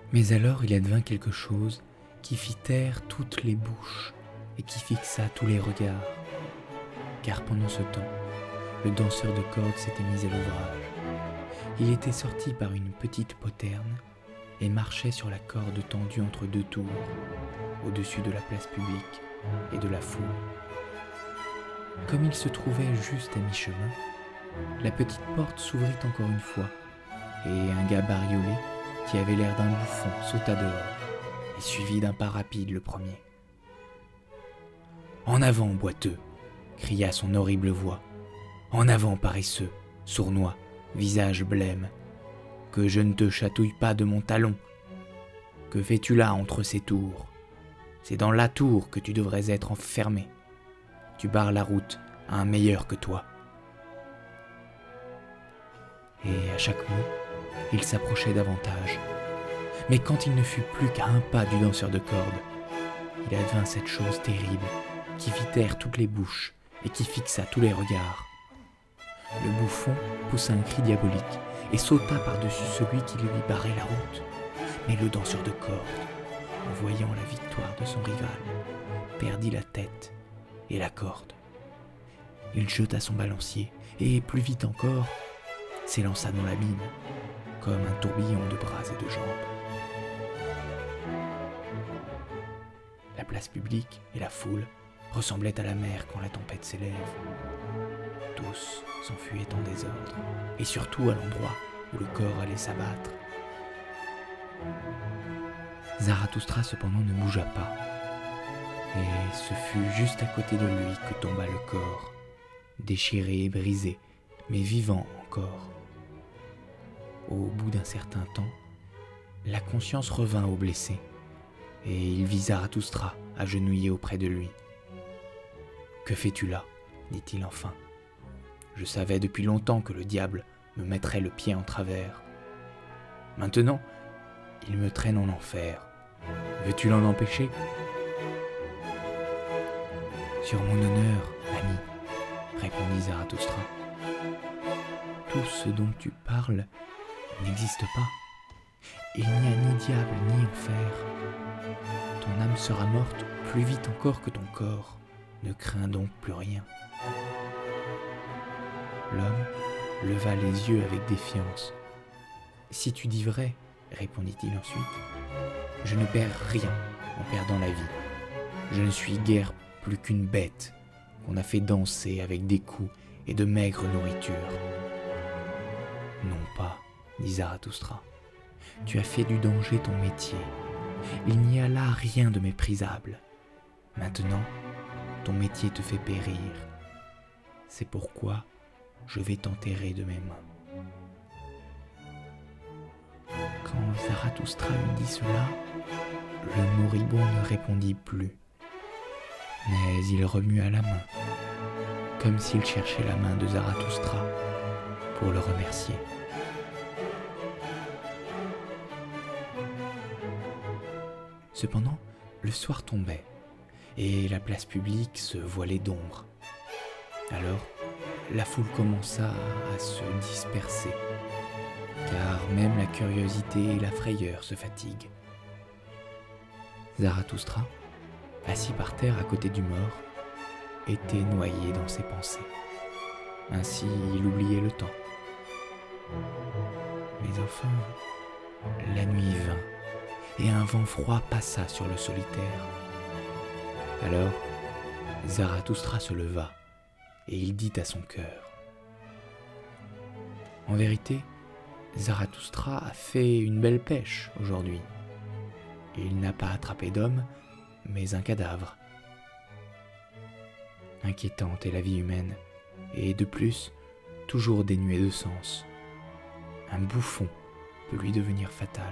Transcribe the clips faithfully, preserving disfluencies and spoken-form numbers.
Mais alors il advint quelque chose qui fit taire toutes les bouches et qui fixa tous les regards. Car pendant ce temps, le danseur de cordes s'était mis à l'ouvrage. Il était sorti par une petite poterne et marchait sur la corde tendue entre deux tours, au-dessus de la place publique et de la foule. Comme il se trouvait juste à mi-chemin, la petite porte s'ouvrit encore une fois, et un gars bariolé, qui avait l'air d'un bouffon, sauta dehors, et suivit d'un pas rapide le premier. « En avant, boiteux !» cria son horrible voix. « En avant, paresseux, sournois, visage blême, que je ne te chatouille pas de mon talon. Que fais-tu là entre ces tours ? C'est dans la tour que tu devrais être enfermé. Tu barres la route à un meilleur que toi. » Et à chaque mot, il s'approchait davantage. Mais quand il ne fut plus qu'à un pas du danseur de cordes, il advint cette chose terrible qui fit taire toutes les bouches et qui fixa tous les regards. Le bouffon poussa un cri diabolique et sauta par-dessus celui qui lui barrait la route. Mais le danseur de cordes, en voyant la victoire de son rival, perdit la tête et la corde. Il jeta son balancier et, plus vite encore, s'élança dans l'abîme, comme un tourbillon de bras et de jambes. La place publique et la foule ressemblaient à la mer quand la tempête s'élève. Tous s'enfuyaient en désordre, et surtout à l'endroit où le corps allait s'abattre. Zarathustra cependant ne bougea pas, et ce fut juste à côté de lui que tomba le corps, déchiré et brisé, mais vivant encore. Au bout d'un certain temps, la conscience revint au blessé, et il vit Zarathustra agenouillé auprès de lui. « Que fais-tu là » dit-il enfin. « Je savais depuis longtemps que le diable me mettrait le pied en travers. Maintenant, il me traîne en enfer. Veux-tu l'en empêcher ?»« Sur mon honneur, ami, » répondit Zarathustra. « Tout ce dont tu parles n'existe pas. Il n'y a ni diable ni enfer. Ton âme sera morte plus vite encore que ton corps. Ne crains donc plus rien. » L'homme leva les yeux avec défiance. « Si tu dis vrai, » répondit-il ensuite, « je ne perds rien en perdant la vie. Je ne suis guère plus qu'une bête qu'on a fait danser avec des coups et de maigre nourriture. » « Non pas, » dit Zarathustra, « tu as fait du danger ton métier. Il n'y a là rien de méprisable. Maintenant, ton métier te fait périr. C'est pourquoi je vais t'enterrer de mes mains. » Quand Zarathustra lui dit cela, le moribond ne répondit plus, mais il remua la main, comme s'il cherchait la main de Zarathustra pour le remercier. Cependant, le soir tombait, et la place publique se voilait d'ombre. Alors, la foule commença à se disperser, car même la curiosité et la frayeur se fatiguent. Zarathustra, assis par terre à côté du mort, était noyé dans ses pensées. Ainsi, il oubliait le temps. Mais enfin, la nuit vint, et un vent froid passa sur le solitaire. Alors, Zarathustra se leva, et il dit à son cœur. En vérité, Zarathustra a fait une belle pêche aujourd'hui. Il n'a pas attrapé d'homme, mais un cadavre. Inquiétante est la vie humaine, et de plus, toujours dénuée de sens. Un bouffon peut lui devenir fatal.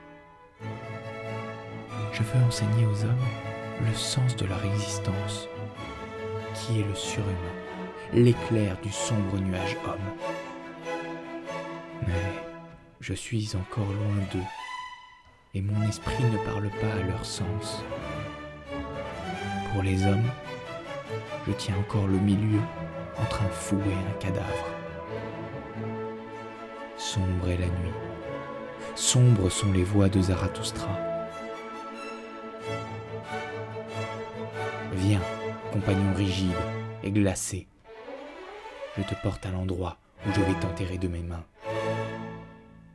Je veux enseigner aux hommes le sens de leur existence, qui est le surhumain, l'éclair du sombre nuage homme. Mais je suis encore loin d'eux, et mon esprit ne parle pas à leur sens. Pour les hommes, je tiens encore le milieu entre un fou et un cadavre. Sombre est la nuit, sombres sont les voies de Zarathustra. Viens, compagnon rigide et glacé, je te porte à l'endroit où je vais t'enterrer de mes mains.